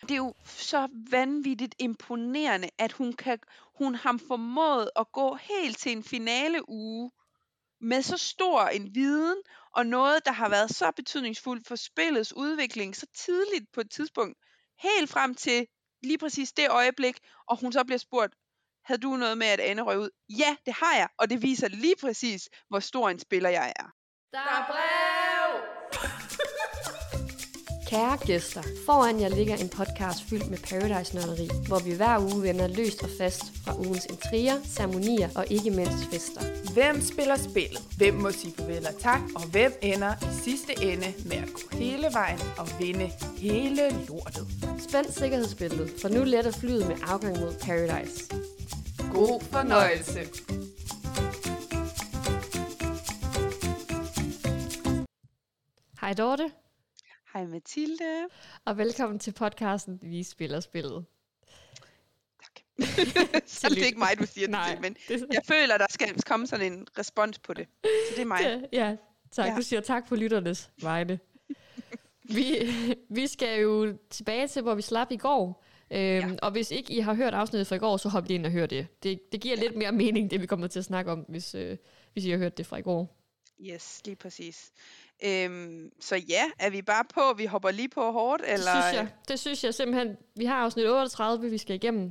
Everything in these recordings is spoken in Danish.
det er jo så vanvittigt imponerende, at hun har formået at gå helt til en finale uge med så stor en viden, og noget, der har været så betydningsfuldt for spillets udvikling så tidligt på et tidspunkt, helt frem til lige præcis det øjeblik, og hun så bliver spurgt, havde du noget med, at Anne røg ud? Ja, det har jeg, og det viser lige præcis, hvor stor en spiller jeg er. Der er brev! Kære gæster, foran jer ligger en podcast fyldt med Paradise-nørderi, hvor vi hver uge vender løst og fast fra ugens intriger, ceremonier og ikke mindst fester. Hvem spiller spillet? Hvem må sige farvel og tak? Og hvem ender i sidste ende med at gå hele vejen og vinde hele lortet? Spænd sikkerhedsbæltet, for nu letter flyet med afgang mod Paradise. God fornøjelse! Hej Dorte. Hej Mathilde. Og velkommen til podcasten Vi spiller spillet. Tak. Så det er ikke mig, du siger det til, men jeg føler, der skal komme sådan en respons på det. Så det er mig. Ja, tak. Ja. Du siger tak på lytternes vegne. Vi skal jo tilbage til, hvor vi slap i går. Og hvis ikke I har hørt afsnittet fra i går, så hop lige ind og hør det. Det giver lidt mere mening, det vi kommer til at snakke om, hvis I har hørt det fra i går. Yes, lige præcis. Så ja, er vi bare på? Vi hopper lige på hårdt? Eller? Det synes jeg simpelthen. Vi har afsnit 38, vi skal igennem.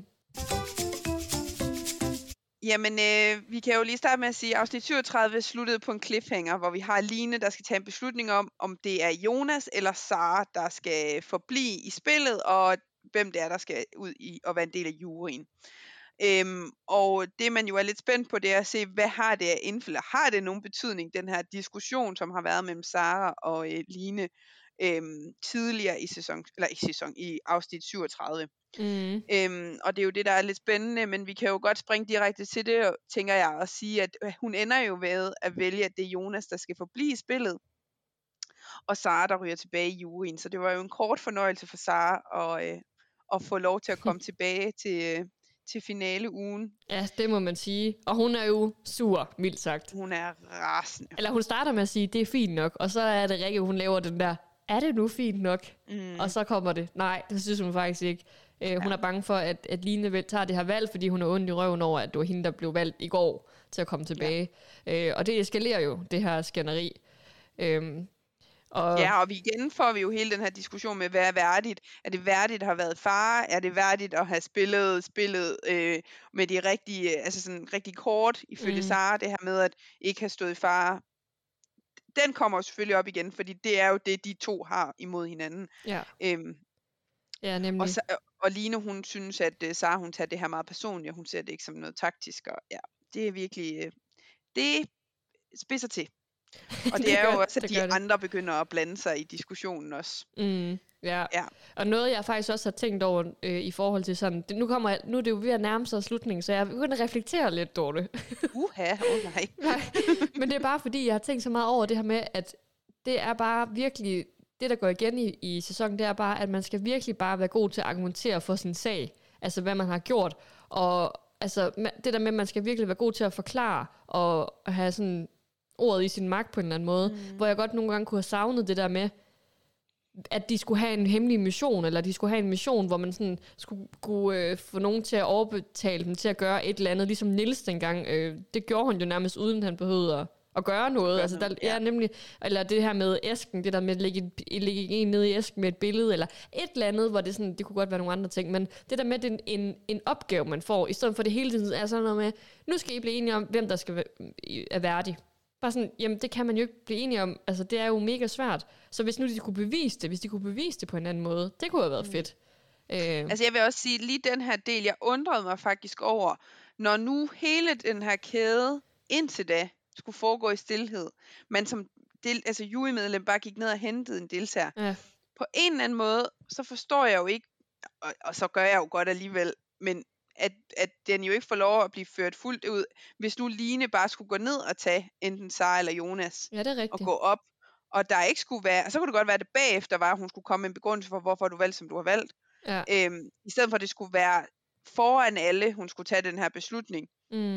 Jamen, vi kan jo lige starte med at sige, at afsnit 37 sluttede på en cliffhanger, hvor vi har Line, der skal tage en beslutning om det er Jonas eller Sara, der skal forblive i spillet, og hvem det er, der skal ud i og være en del af juryen. Og det man jo er lidt spændt på, det er at se, hvad har det af indflydelse? Har det nogen betydning, den her diskussion, som har været mellem Sara og Line tidligere i afsnit 37? Og det er jo det, der er lidt spændende, men vi kan jo godt springe direkte til det, tænker jeg, og sige, at hun ender jo ved at vælge, at det er Jonas, der skal forblive i spillet, og Sara, der ryger tilbage i juryen. Så det var jo en kort fornøjelse for Sara at få lov til at komme tilbage til finaleugen. Ja, det må man sige. Og hun er jo sur, mildt sagt. Hun er rasende. Eller hun starter med at sige, det er fint nok, og så er det Rikke, hun laver den der, er det nu fint nok? Og så kommer det, nej, det synes hun faktisk ikke. Hun er bange for, at Line tager det her valg, fordi hun er ondt i røven over, at det var hende, der blev valgt i går til at komme tilbage. Og det eskalerer jo, det her skænderi. Og igen får vi jo hele den her diskussion med, hvad er værdigt? Er det værdigt at have været far? Er det værdigt at have spillet med de rigtige, altså sådan rigtig kort, ifølge Sara, det her med at ikke have stået i fare? Den kommer jo selvfølgelig op igen, fordi det er jo det, de to har imod hinanden. Ja, ja nemlig. Og Line, hun synes, at Sara, hun tager det her meget personligt, og hun ser det ikke som noget taktisk, og ja, det er virkelig, det spidser til. Og det er jo også, at de andre begynder at blande sig i diskussionen også. Ja. Og noget, jeg faktisk også har tænkt over i forhold til sådan, nu er det jo ved at nærme sig slutningen, så jeg begynder at reflektere lidt, Dorte. Nej. Men det er bare fordi, jeg har tænkt så meget over det her med, at det er bare virkelig, det der går igen i sæsonen, det er bare, at man skal virkelig bare være god til at argumentere for sin sag. Altså, hvad man har gjort. Og altså, det der med, at man skal virkelig være god til at forklare, og have sådan ordet i sin magt på en eller anden måde, hvor jeg godt nogle gange kunne have savnet det der med, at de skulle have en hemmelig mission, eller de skulle have en mission, hvor man sådan skulle få nogen til at overbetale dem til at gøre et eller andet, ligesom Niels dengang. Det gjorde hun jo nærmest, uden han behøvede at gøre noget. Altså, der er nemlig, eller det her med æsken, det der med at lægge en ned i æsken med et billede, eller et eller andet, hvor det sådan, det kunne godt være nogle andre ting, men det der med, det er en opgave, man får, i stedet for det hele tiden er sådan noget med, nu skal I blive enige om, hvem der skal være værdig. Bare sådan, jamen det kan man jo ikke blive enige om. Altså det er jo mega svært. Så hvis nu de kunne bevise det på en anden måde, det kunne have været fedt. Altså jeg vil også sige, lige den her del, jeg undrede mig faktisk over, når nu hele den her kæde indtil da skulle foregå i stilhed, men som jurymedlem bare gik ned og hentede en deltager. Ja. På en eller anden måde, så forstår jeg jo ikke, og så gør jeg jo godt alligevel, men at den jo ikke får lov at blive ført fuldt ud, hvis nu Line bare skulle gå ned og tage enten Sara eller Jonas, ja, det er rigtigt, og gå op, og der ikke skulle være, og så kunne det godt være, at det bagefter var, at hun skulle komme med en begrundelse for, hvorfor du valgte, som du har valgt, i stedet for, at det skulle være foran alle, hun skulle tage den her beslutning.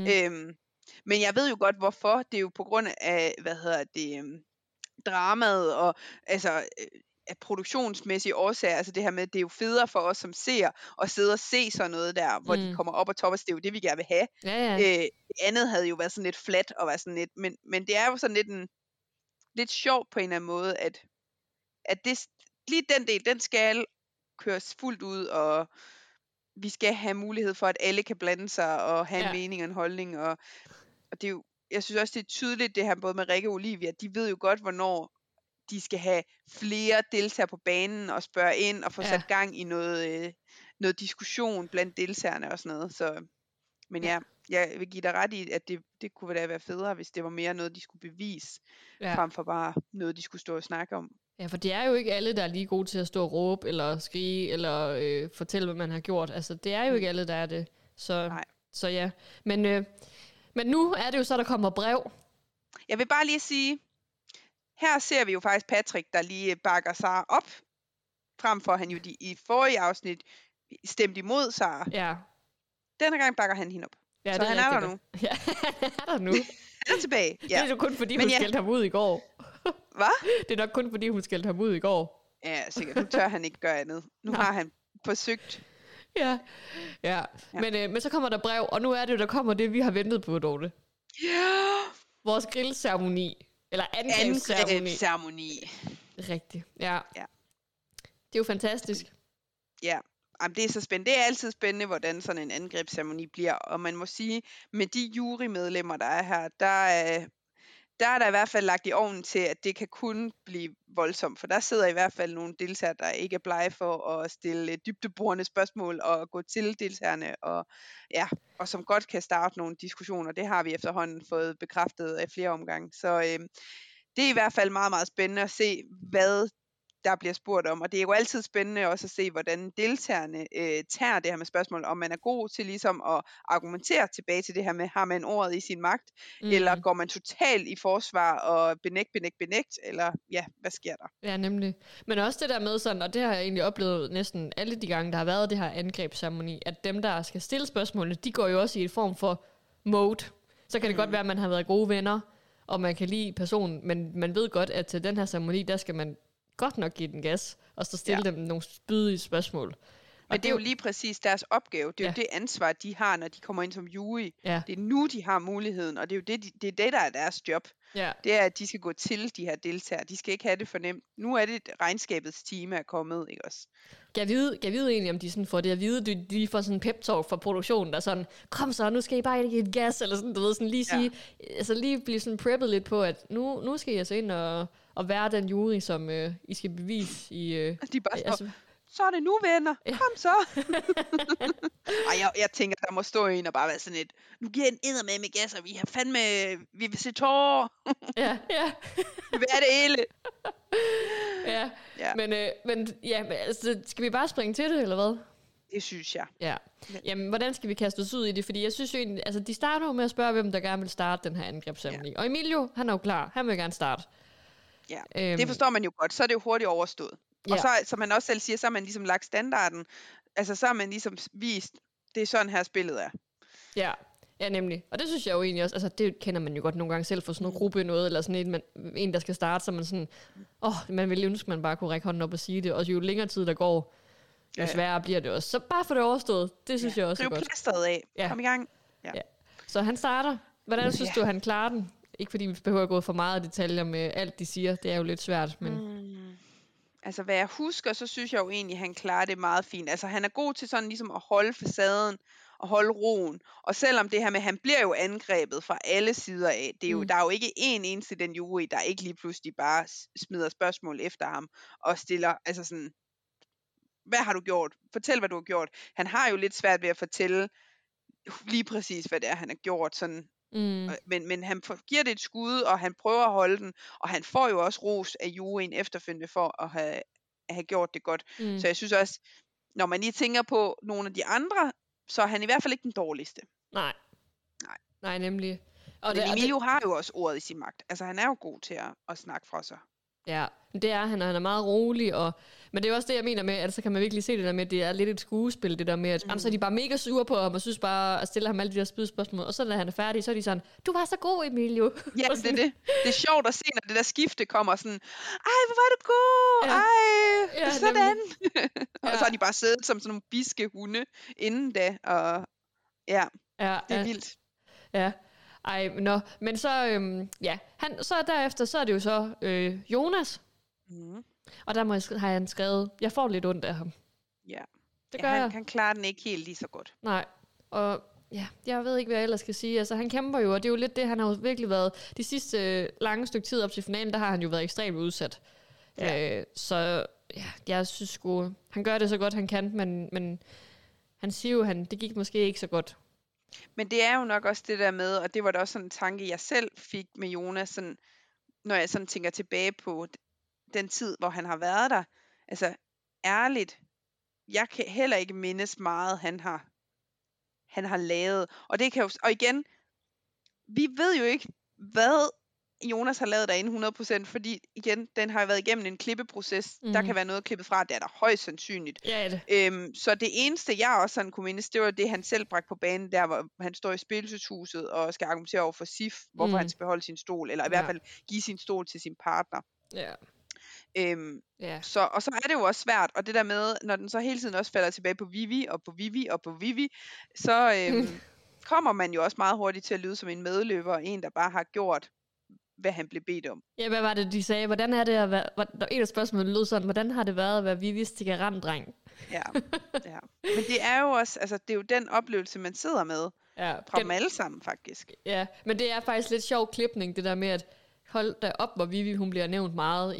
Men jeg ved jo godt, hvorfor. Det er jo på grund af, dramaet, og altså, af produktionsmæssige årsager, altså det her med, det er jo federe for os som ser at sidde og se sådan noget der, hvor de kommer op og topper, det er jo det, vi gerne vil have. Det andet havde jo været sådan lidt flat, og være sådan lidt, men det er jo sådan lidt sjovt på en eller anden måde, at det, lige den del, den skal køres fuldt ud, og vi skal have mulighed for, at alle kan blande sig, og have en mening og en holdning, og det er jo, jeg synes også, det er tydeligt, det her både med Rikke og Olivia, de ved jo godt, hvornår de skal have flere deltagere på banen, og spørge ind, og få sat gang i noget diskussion blandt deltagerne og sådan noget, så, men jeg vil give dig ret i, at det kunne da være federe, hvis det var mere noget, de skulle bevise, frem for bare noget, de skulle stå og snakke om. Ja, for det er jo ikke alle, der er lige gode til at stå og råbe, eller skrige, eller fortælle, hvad man har gjort. Altså, det er jo ikke alle, der er det. Så ja. Men nu er det jo så, der kommer brev. Jeg vil bare lige sige, her ser vi jo faktisk Patrick, der lige bakker Sara op, frem for han jo i forrige afsnit stemte imod Sara. Ja. Denne gang bakker han hende op. Ja, så han er der nu. Ja, han er der nu. Han er tilbage. Ja. Det er jo kun fordi, hun skældte ham ud i går. Hvad? Det er nok kun fordi, hun skældte ham ud i går. Ja, sikkert. Nu tør han ikke gøre andet. Nu har han forsøgt. Ja. Men så kommer der brev, og nu er det jo, der kommer det, vi har ventet på, Dorte. Ja. Vores grillceremoni. Eller angrebsceremoni. Rigtigt, ja. Det er jo fantastisk. Ja. Jamen, det er så spændende. Det er altid spændende, hvordan sådan en angrebsceremoni bliver. Og man må sige, med de jurymedlemmer, der er her, der er der i hvert fald lagt i ovnen til, at det kan kun blive voldsomt. For der sidder i hvert fald nogle deltagere, der ikke er blege for at stille dybdeborende spørgsmål og gå til deltagerne. Og som godt kan starte nogle diskussioner. Det har vi efterhånden fået bekræftet af flere omgange. Så det er i hvert fald meget, meget spændende at se, hvad der bliver spurgt om, og det er jo altid spændende også at se, hvordan deltagerne tager det her med spørgsmål, om man er god til ligesom at argumentere tilbage til det her med, har man ordet i sin magt, eller går man totalt i forsvar og benægt, eller hvad sker der? Ja, nemlig. Men også det der med sådan, og det har jeg egentlig oplevet næsten alle de gange, der har været det her angrebsceremoni, at dem, der skal stille spørgsmålene, de går jo også i en form for mode. Så kan det godt være, at man har været gode venner, og man kan lide personen, men man ved godt, at til den her ceremoni, der skal man godt nok give den gas, og så stille dem nogle spydige spørgsmål. Men det er jo lige præcis deres opgave. Det er jo det ansvar, de har, når de kommer ind som jury. Ja. Det er nu, de har muligheden, og det er jo det, der er deres job. Ja. Det er, at de skal gå til de her deltagere. De skal ikke have det fornemt. Nu er det regnskabets time er kommet, ikke også? Kan jeg vide egentlig, om de sådan får det at vide, de får sådan en pep-talk fra produktionen, der sådan, kom så, nu skal I bare give et gas, eller sådan, du ved, sådan lige sige, altså lige blive sådan preppet lidt på, at nu skal I altså ind og være den jury, som I skal bevise i... de bare så er det nu, venner. Kom så. Jeg tænker, der må stå en og bare være sådan et, nu giver en eddermame med gas, og vi vil se tårer. Ja. Vi vil have det hele. Ja. Men altså, skal vi bare springe til det, eller hvad? Det synes jeg. Ja. Jamen, hvordan skal vi kaste os ud i det? Fordi jeg synes jo egentlig, altså de starter jo med at spørge, hvem der gerne vil starte den her angrebsceremoni. Og Emilio, han er jo klar. Han vil gerne starte. Ja, det forstår man jo godt. Så er det jo hurtigt overstået. Og så, som man også selv siger, så har man ligesom lagt standarden. Altså, så har man ligesom vist, det er sådan her spillet er. Ja, nemlig. Og det synes jeg jo egentlig også, altså det kender man jo godt nogle gange selv for sådan noget gruppe noget, eller sådan en, der skal starte, så man sådan, man vil ønske, man bare kunne række hånden op og sige det. Og jo længere tid der går, jo sværere bliver det også. Så bare få det overstået, det synes jeg også er godt. Driv plasteret af. Kom i gang. Ja. Så han starter. Hvordan synes du, han klarer den? Ikke fordi vi behøver at gå for meget detaljer med alt, de siger. Det er jo lidt svært, men... Altså, hvad jeg husker, så synes jeg jo egentlig, at han klarer det meget fint. Altså, han er god til sådan ligesom at holde facaden og holde roen. Og selvom det her med, han bliver jo angrebet fra alle sider af. Det er jo, der er jo ikke en eneste den jury, der ikke lige pludselig bare smider spørgsmål efter ham og stiller, altså sådan, hvad har du gjort? Fortæl, hvad du har gjort. Han har jo lidt svært ved at fortælle lige præcis, hvad det er, han har gjort. Sådan. Men han giver det et skud, og han prøver at holde den, og han får jo også ros af juryen efterfølgende for at have gjort det godt. Så jeg synes også, når man lige tænker på nogle af de andre, så er han i hvert fald ikke den dårligste. Nej, nemlig. Men Emilio har jo også ordet i sin magt. Altså han er jo god til at snakke fra sig. Ja, Det er han, og han er meget rolig, men det er også det, jeg mener med, at så kan man virkelig se det der med, at det er lidt et skuespil, det der med, at så er de bare mega sure på ham, og synes bare at stille ham alle de der spydspørgsmål, og så når han er færdig, så er de sådan, du var så god, Emilio. Ja, det er det. Det er sjovt at se, når det der skifte kommer sådan, ej, hvor var du god, ej, sådan. Og så har de bare siddet som sådan nogle biske hunde inden da, og ja, det er vildt. Ja. Ej, men så, så derefter, så er det jo så Jonas. Og der har han skrevet, jeg får lidt ondt af ham. Ja, det gør han klarer den ikke helt lige så godt. Nej, og ja, jeg ved ikke, hvad jeg ellers skal sige. Altså, han kæmper jo, og det er jo lidt det, han har jo virkelig været, de sidste lange stykke tid op til finalen, der har han jo været ekstremt udsat. Ja. Så ja, jeg synes sgu, han gør det så godt, han kan, men han siger jo, det gik måske ikke så godt. Men det er jo nok også det der med, og det var da også sådan en tanke, jeg selv fik med Jonas, sådan, når jeg sådan tænker tilbage på den tid, hvor han har været der. Altså, ærligt, jeg kan heller ikke mindes meget, han har lavet. Og det kan jo, og igen, vi ved jo ikke, hvad Jonas har lavet derinde 100%, fordi igen, den har været igennem en klippeproces. Der kan være noget klippet fra, det er der højst sandsynligt. Ja, det. Så det eneste, jeg også sådan kunne mindes, det var det, han selv bragte på banen, der hvor han står i spilelseshuset og skal argumentere over for Sif, hvorfor han skal beholde sin stol, eller i hvert fald give sin stol til sin partner. Ja. Og så er det jo også svært, og det der med, når den så hele tiden også falder tilbage på Vivi, og på Vivi, og på Vivi, så kommer man jo også meget hurtigt til at lyde som en medløber, en der bare har gjort, hvad han blev bedt om. Ja, hvad var det, de sagde? Hvordan er det at være... En af spørgsmålene lød sådan, hvordan har det været at være Vivis cigarettdreng? Ja. Men det er jo også, altså det er jo den oplevelse, man sidder med fra dem alle sammen, faktisk. Ja, men det er faktisk lidt sjov klipning, det der med at holde da op, hvor Vivi, hun bliver nævnt meget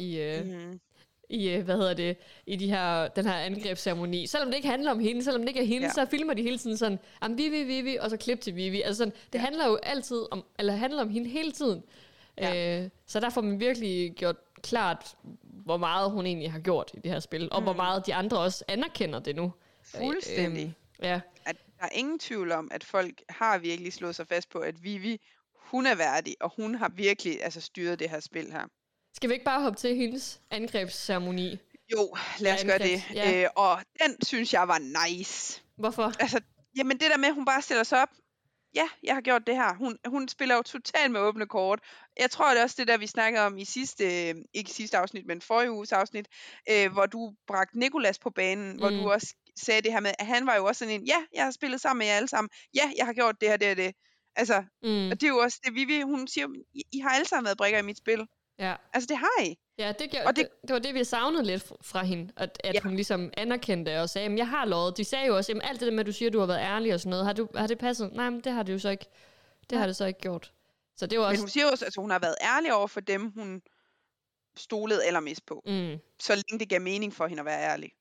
i den her angrebsceremoni. Selvom det ikke handler om hende, selvom det ikke er hende, så filmer de hele tiden sådan, Vivi, og så klip til Vivi. Altså sådan, det handler jo altid om, eller handler om hende hele tiden. Så der får man virkelig gjort klart, hvor meget hun egentlig har gjort i det her spil, og hvor meget de andre også anerkender det nu. Fuldstændig. At der er ingen tvivl om, at folk har virkelig slået sig fast på, at Vivi, hun er værdig, og hun har virkelig styret det her spil her. Skal vi ikke bare hoppe til hendes angrebsceremoni? Jo, lad os gøre det. Ja. Og den synes jeg var nice. Hvorfor? Altså, jamen det der med, at hun bare stiller sig op. Ja, jeg har gjort det her. Hun spiller jo totalt med åbne kort. Jeg tror, det er også det der, vi snakkede om i ikke sidste afsnit, men forrige uges afsnit, hvor du bragte Nicolas på banen, hvor du også sagde det her med, at han var jo også sådan en, ja, jeg har spillet sammen med jer alle sammen. Ja, jeg har gjort det her, det og det. Altså, og det er jo også det, Vivi, hun siger, I har alle sammen været brikker i mit spil. Ja. Altså, det har I. Ja, det var det, vi savnede lidt fra hende, at hun ligesom anerkendte og sagde, jeg har lovet. De sagde jo også, alt det der med, at du siger, at du har været ærlig og sådan noget, har det passet? Nej, men det har det jo så ikke. Det har det så ikke gjort. Så det var også... Men hun siger jo også, at hun har været ærlig over for dem, hun stolede allermest på. Så længe det gav mening for hende at være ærlig.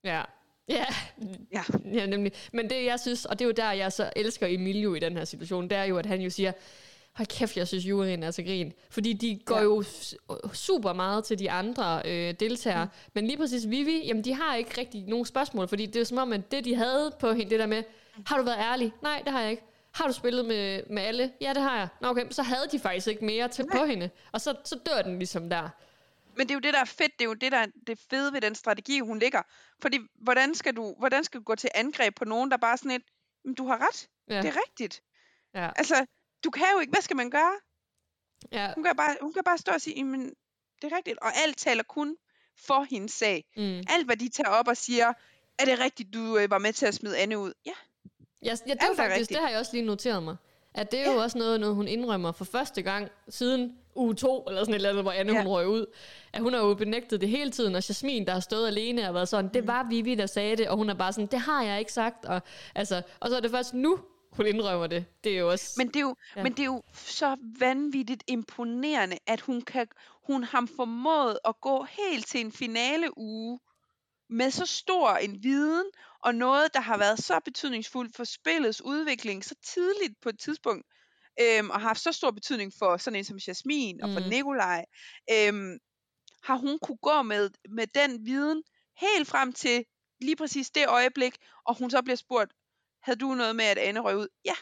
Ja, nemlig. Men det, jeg synes, og det er jo der, jeg så elsker Emilio i den her situation, det er jo, at han jo siger, hold kæft, jeg synes, juryen er så grin. Fordi de går jo super meget til de andre deltagere. Men lige præcis Vivi, jamen de har ikke rigtig nogen spørgsmål. Fordi det er som om, at det de havde på hende, det der med, har du været ærlig? Nej, det har jeg ikke. Har du spillet med alle? Ja, det har jeg. Nå, okay, så havde de faktisk ikke mere til på hende. Og så dør den ligesom der. Men det er jo det, der er fedt. Det er jo det, der er det fede ved den strategi, hun ligger. Fordi hvordan skal du gå til angreb på nogen, der bare sådan et, du har ret. Ja. Det er rigtigt. Ja. Altså, du kan jo ikke, hvad skal man gøre? Ja. Hun kan bare stå og sige, men det er rigtigt. Og alt taler kun for hendes sag. Alt, hvad de tager op og siger, er det rigtigt, du var med til at smide Anne ud? Ja. Ja, det er faktisk, det har jeg også lige noteret mig. At det er jo også noget, hun indrømmer for første gang siden uge 2, eller sådan et eller andet, hvor Anne hun røg ud. At hun har jo benægtet det hele tiden, og Jasmin, der har stået alene og været sådan, det var Vivi, der sagde det, og hun er bare sådan, det har jeg ikke sagt. Og så er det først nu, hun indrømmer det. Det er jo også... Men det er jo så vanvittigt imponerende, at hun har formået at gå helt til en finale uge med så stor en viden, og noget, der har været så betydningsfuldt for spillets udvikling så tidligt på et tidspunkt, og har haft så stor betydning for sådan en som Jasmin og for Nikolaj, har hun kunne gå med den viden helt frem til lige præcis det øjeblik, og hun så bliver spurgt, havde du noget med, at Anne røg ud? Ja,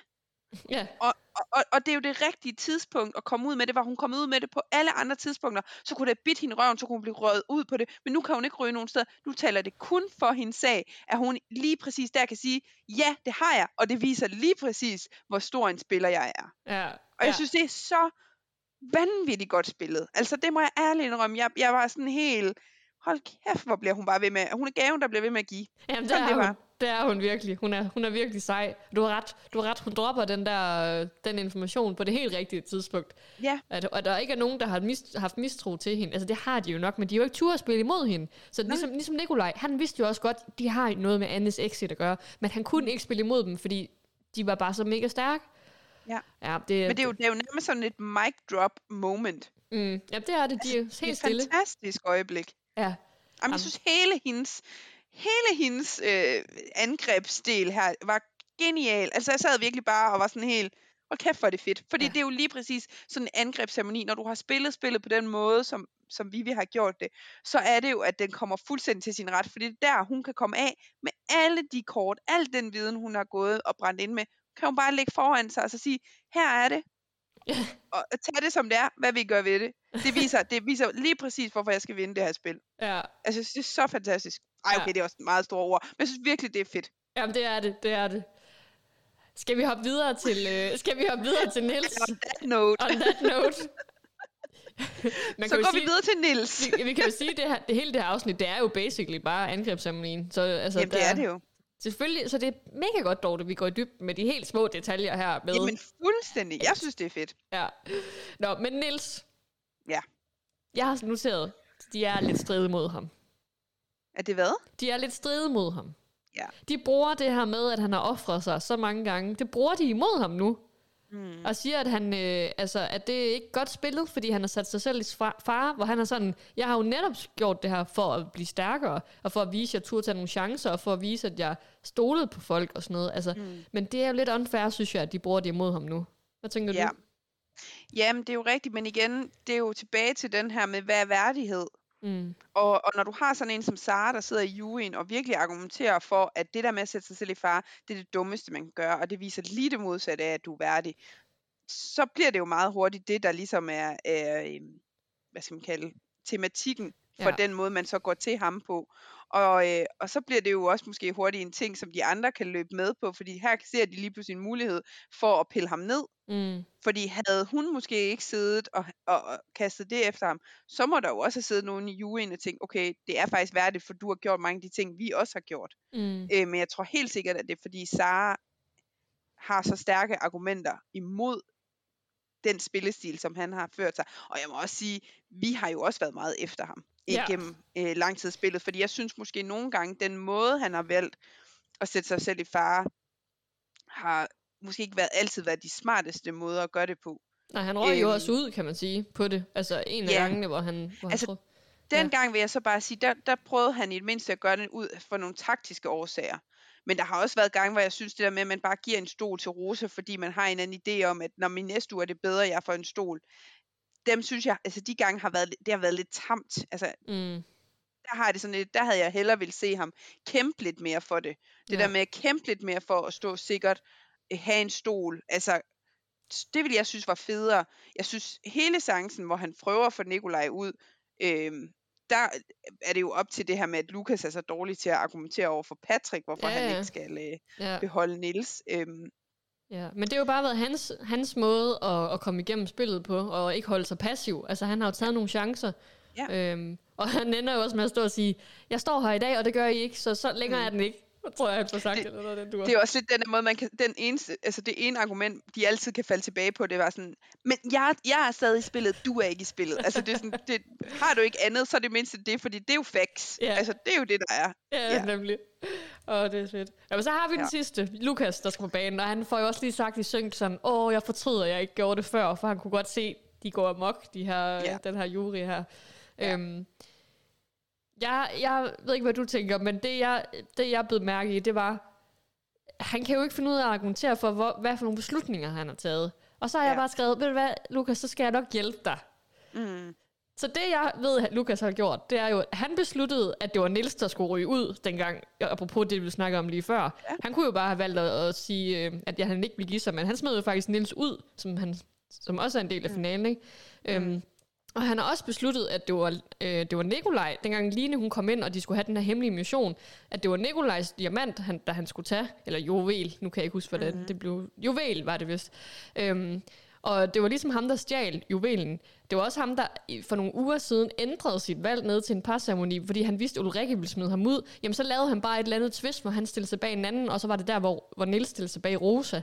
Ja. Og det er jo det rigtige tidspunkt at komme ud med det. Var hun kommet ud med det på alle andre tidspunkter, så kunne det bidt hende i røven, så kunne hun blive røget ud på det. Men nu kan hun ikke ryge nogen steder. Nu taler det kun for hendes sag, at hun lige præcis der kan sige, ja, det har jeg, og det viser lige præcis, hvor stor en spiller jeg er. Ja. Og jeg synes, det er så vanvittigt godt spillet. Altså, det må jeg ærligt indrømme. Jeg var sådan helt, hold kæft, hvor bliver hun bare ved med. Hun er gaven, der bliver ved med at give. Jamen, det er hun virkelig. Hun er virkelig sej. Du har ret. Hun dropper den information på det helt rigtige tidspunkt. Ja. Og der ikke er nogen, der har haft mistro til hende. Altså, det har de jo nok, men de har jo ikke turde at spille imod hende. Så ligesom Nikolaj, han vidste jo også godt, de har noget med Annes exit at gøre, men han kunne ikke spille imod dem, fordi de var bare så mega stærke. Ja. Ja, men det er jo nærmest sådan et mic drop moment. Ja, det er det. De er helt stille. Det er et fantastisk øjeblik. Ja. Jamen, jeg synes, hele hendes angrebsdel her var genial. Altså, jeg sad virkelig bare og var sådan helt, hold kæft, hvor er det fedt. Fordi det er jo lige præcis sådan en angrebsceremoni. Når du har spillet på den måde, som Vivi har gjort det, så er det jo, at den kommer fuldstændig til sin ret. Fordi det er der, hun kan komme af med alle de kort, al den viden, hun har gået og brændt ind med, kan hun bare lægge foran sig og så sige, her er det. Og tage det som det er, hvad vi gør ved det. Det viser lige præcis, hvorfor jeg skal vinde det her spil. Ja. Altså, det er så fantastisk. Ej, okay, det er også meget store ord. Men jeg synes virkelig, det er fedt. Jamen, det er det. Skal vi hoppe videre til Niels? On that note. Så går vi videre til Niels. vi kan jo sige, at hele det her afsnit, det er jo basically bare angrebsceremonien. Så, altså, jamen, det er det jo. Selvfølgelig, så det er mega godt, Dorte, vi går i dybden med de helt små detaljer her. Med. Jamen fuldstændig. Jeg synes, det er fedt. Ja. Nå, men Niels. Ja. Jeg har noteret, de er lidt stride mod ham. Er det hvad? De er lidt stride mod ham. Ja. De bruger det her med, at han har offret sig så mange gange. Det bruger de imod ham nu. Og siger, at han, at det er ikke godt spillet, fordi han har sat sig selv i fare, hvor han er sådan, jeg har jo netop gjort det her for at blive stærkere, og for at vise, at jeg turde tage nogle chancer, og for at vise, at jeg stolede på folk og sådan noget. Altså, men det er jo lidt unfair, synes jeg, at de bruger det imod ham nu. Hvad tænker du? Jamen, det er jo rigtigt, men igen, det er jo tilbage til den her med, hvad er værdighed? Og når du har sådan en som Sara, der sidder i juryen og virkelig argumenterer for, at det der med at sætte sig selv i fare, det er det dummeste, man kan gøre, og det viser lige det modsatte af, at du er værdig, så bliver det jo meget hurtigt det, der ligesom er hvad skal man kalde, tematikken for den måde, man så går til ham på. Og så bliver det jo også måske hurtigt en ting, som de andre kan løbe med på, fordi her ser de lige pludselig en mulighed for at pille ham ned. Fordi havde hun måske ikke siddet og kastet det efter ham, så må der jo også have siddet nogen i juryen og tænkt, okay, det er faktisk værdigt, for du har gjort mange af de ting, vi også har gjort. Men jeg tror helt sikkert, at det er fordi Sara har så stærke argumenter imod den spillestil, som han har ført sig. Og jeg må også sige, vi har jo også været meget efter ham igennem langtidsspillet, fordi jeg synes måske nogle gange, den måde, han har valgt at sætte sig selv i fare, har måske ikke altid været de smarteste måder at gøre det på. Nej, han røg jo også ud, kan man sige, på det. Altså en af gangene, hvor han troede. Dengang vil jeg så bare sige, der prøvede han i det mindste at gøre det ud for nogle taktiske årsager. Men der har også været gange, hvor jeg synes det der med, at man bare giver en stol til Rosa, fordi man har en anden idé om, at når min næste uge er det bedre, jeg får en stol. Dem synes jeg, altså de gange har været lidt tamt. Altså, der havde jeg hellere ville se ham kæmpe lidt mere for det. Det der med at kæmpe lidt mere for at stå sikkert, have en stol. Altså, det ville jeg synes var federe. Jeg synes hele chancen, hvor han prøver at få Nikolaj ud, der er det jo op til det her med, at Lukas er så dårlig til at argumentere over for Patrick, hvorfor han ikke skal beholde Niels. Ja, men det har jo bare været hans måde at komme igennem spillet på, og ikke holde sig passiv. Altså, han har jo taget nogle chancer. Ja. Og han ender jo også med at stå og sige, jeg står her i dag, og det gør I ikke, så længere er den ikke. Jeg tror, jeg får sagt eller noget, det er også lidt den måde, man kan, det ene argument, de altid kan falde tilbage på, det var sådan, men jeg er stadig i spillet, du er ikke i spillet. Altså, det er sådan, har du ikke andet, så er det mindste det, fordi det er jo facts. Ja. Altså, det er jo det, der er. Ja. Nemlig. Det er fedt. Ja, så har vi den sidste, Lukas, der skal på banen, og han får jo også lige sagt i synk sådan, jeg fortryder, jeg ikke gjorde det før, for han kunne godt se, de går amok, den her jury her. Ja. Jeg ved ikke, hvad du tænker, men det jeg blev mærke i, det var, han kan jo ikke finde ud af at argumentere for, hvad for nogle beslutninger han har taget. Og så har jeg bare skrevet, ved du hvad, Lukas, så skal jeg nok hjælpe dig. Så det, jeg ved, at Lukas har gjort, det er jo, at han besluttede, at det var Niels, der skulle ryge ud dengang, apropos det, vi snakkede om lige før. Ja. Han kunne jo bare have valgt at sige, at han ikke ville give sig, men han smed jo faktisk Niels ud, som også er en del af finalen, ikke? Og han har også besluttet, at det var Nikolaj, dengang Line hun kom ind, og de skulle have den her hemmelige mission, at det var Nikolajs diamant, han skulle tage, eller juvel, nu kan jeg ikke huske, hvordan det blev. Juvel var det vist. Og det var ligesom ham, der stjal juvelen. Det var også ham, der for nogle uger siden ændrede sit valg ned til en parceremoni, fordi han vidste, at Ulrikke ville smide ham ud. Jamen, så lavede han bare et eller andet twist, hvor han stillede sig bag en anden, og så var det der, hvor Niels stillede sig bag Rosa.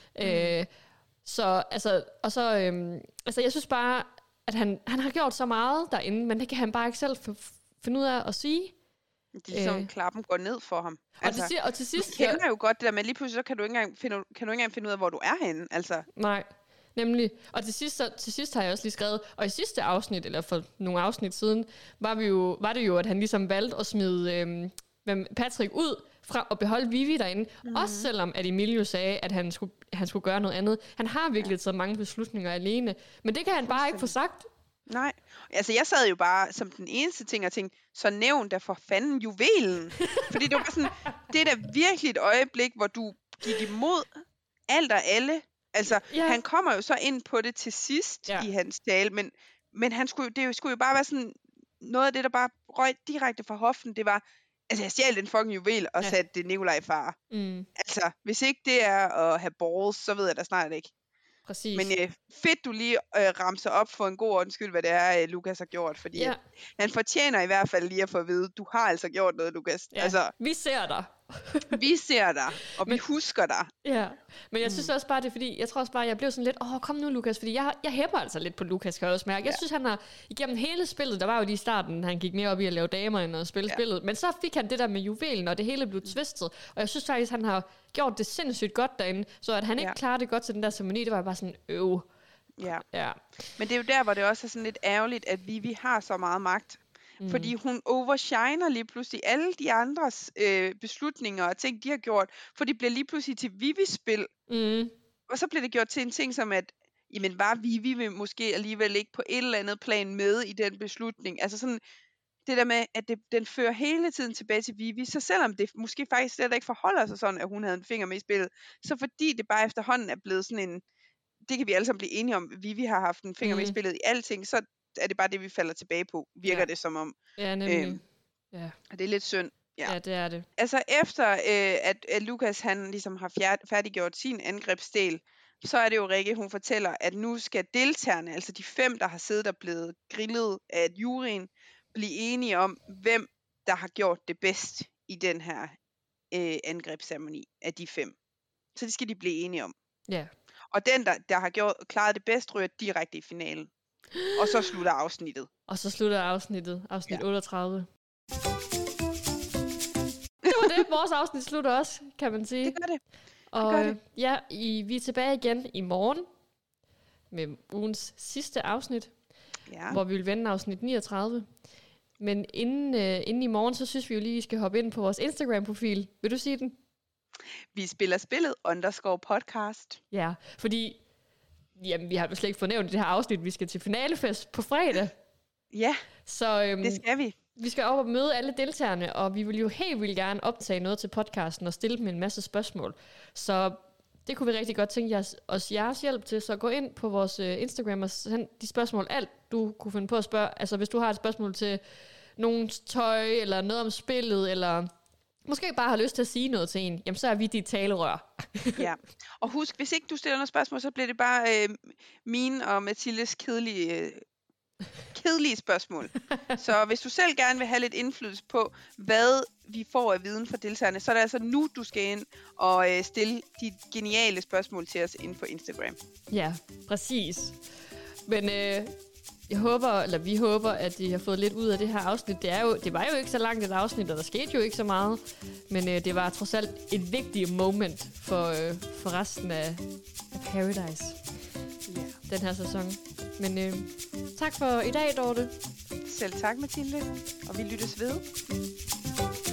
Jeg synes bare, at han har gjort så meget derinde, men det kan han bare ikke selv finde ud af at sige. Det er ligesom, klappen går ned for ham. Og til sidst... Du kender jo godt det der, men lige pludselig så kan du ikke engang finde ud af, hvor du er henne. Altså. Nej, nemlig. Og til sidst har jeg også lige skrevet, og i sidste afsnit, eller for nogle afsnit siden, var det jo, at han ligesom valgte at smide Patrick ud fra at beholde Vivi derinde. Også selvom at Emilio sagde, at han skulle gøre noget andet. Han har virkelig taget mange beslutninger alene, men det kan han bare ikke få sagt. Nej, altså jeg sad jo bare som den eneste ting og tænkte, så nævn da for fanden juvelen. Fordi det var sådan, det er da virkelig et øjeblik, hvor du gik imod alt og alle. Altså, han kommer jo så ind på det til sidst i hans tale, men det skulle jo bare være sådan, noget af det, der bare røg direkte fra hoften, det var, altså jeg stjal den fucking juvel og satte det Nikolaj i fare. Altså, hvis ikke det er at have balls, så ved jeg da snart ikke. Præcis. Men fedt, du lige ramser op for en god undskyld, hvad det er, Lukas har gjort. Fordi han fortjener i hvert fald lige at få at vide, du har altså gjort noget, Lukas. Ja, altså, vi ser dig. Vi ser dig, og vi husker dig. Ja, men jeg synes også bare, det er fordi, jeg tror også bare, jeg blev sådan lidt, kom nu Lukas, fordi jeg hæpper altså lidt på Lukas, kan jeg også mærke. Jeg synes, han har igennem hele spillet, der var jo lige i starten, han gik mere op i at lave damer end at spille spillet, men så fik han det der med juvelen, og det hele blev twistet, og jeg synes faktisk, han har gjort det sindssygt godt derinde, så at han ikke klarer det godt til den der ceremoni, det var bare sådan, Ja, men det er jo der, hvor det også er sådan lidt ærgerligt, at vi har så meget magt. Fordi hun overshiner lige pludselig alle de andres beslutninger og ting, de har gjort. For de bliver lige pludselig til Vivis spil. Og så bliver det gjort til en ting som, at jamen, var Vivi måske alligevel ikke på et eller andet plan med i den beslutning. Altså sådan, det der med, at den fører hele tiden tilbage til Vivi. Så selvom det måske faktisk slet ikke forholder sig sådan, at hun havde en finger med i spillet, så fordi det bare efterhånden er blevet sådan en, det kan vi alle sammen blive enige om, Vivi har haft en finger med i spillet i alting, så er det bare det, vi falder tilbage på, virker det som om. Ja, nemlig. Og det er lidt synd. Ja, det er det. Altså efter, at Lukas han ligesom har færdiggjort sin angrebsdel, så er det jo Rikke, hun fortæller, at nu skal deltagerne, altså de 5, der har siddet og blevet grillet af juryen, blive enige om, hvem der har gjort det bedst i den her angrebsceremoni af de 5. Så det skal de blive enige om. Ja. Og den, der har klaret det bedst, ryger direkte i finalen. Og så slutter afsnittet. Afsnit 38. Det var det. Vores afsnit slutter også, kan man sige. Det gør det. Og vi er tilbage igen i morgen med ugens sidste afsnit, hvor vi vil vende afsnit 39. Men inden i morgen, så synes vi jo lige, vi skal hoppe ind på vores Instagram-profil. Vil du sige den? Vi spiller spillet _podcast. Ja, fordi vi har jo slet ikke fornævnt i det her afsnit, vi skal til finalefest på fredag. Ja, så, det skal vi. Vi skal op og møde alle deltagerne, og vi vil jo helt vildt gerne optage noget til podcasten og stille dem en masse spørgsmål. Så det kunne vi rigtig godt tænke os jeres hjælp til. Så gå ind på vores Instagram og send de spørgsmål, alt du kunne finde på at spørge. Altså hvis du har et spørgsmål til nogens tøj, eller noget om spillet, eller måske bare har lyst til at sige noget til en, jamen så er vi dit talerør. Ja, og husk, hvis ikke du stiller noget spørgsmål, så bliver det bare mine og Mathildes kedelige spørgsmål. Så hvis du selv gerne vil have lidt indflydelse på, hvad vi får af viden fra deltagerne, så er det altså nu, du skal ind og stille de geniale spørgsmål til os inde på Instagram. Ja, præcis. Men vi håber, at I har fået lidt ud af det her afsnit. Det var jo ikke så langt et afsnit, og der skete jo ikke så meget. Men det var trods alt et vigtigt moment for resten af Paradise. Den her sæson. Men tak for i dag, Dorte. Selv tak, Mathilde. Og vi lyttes ved.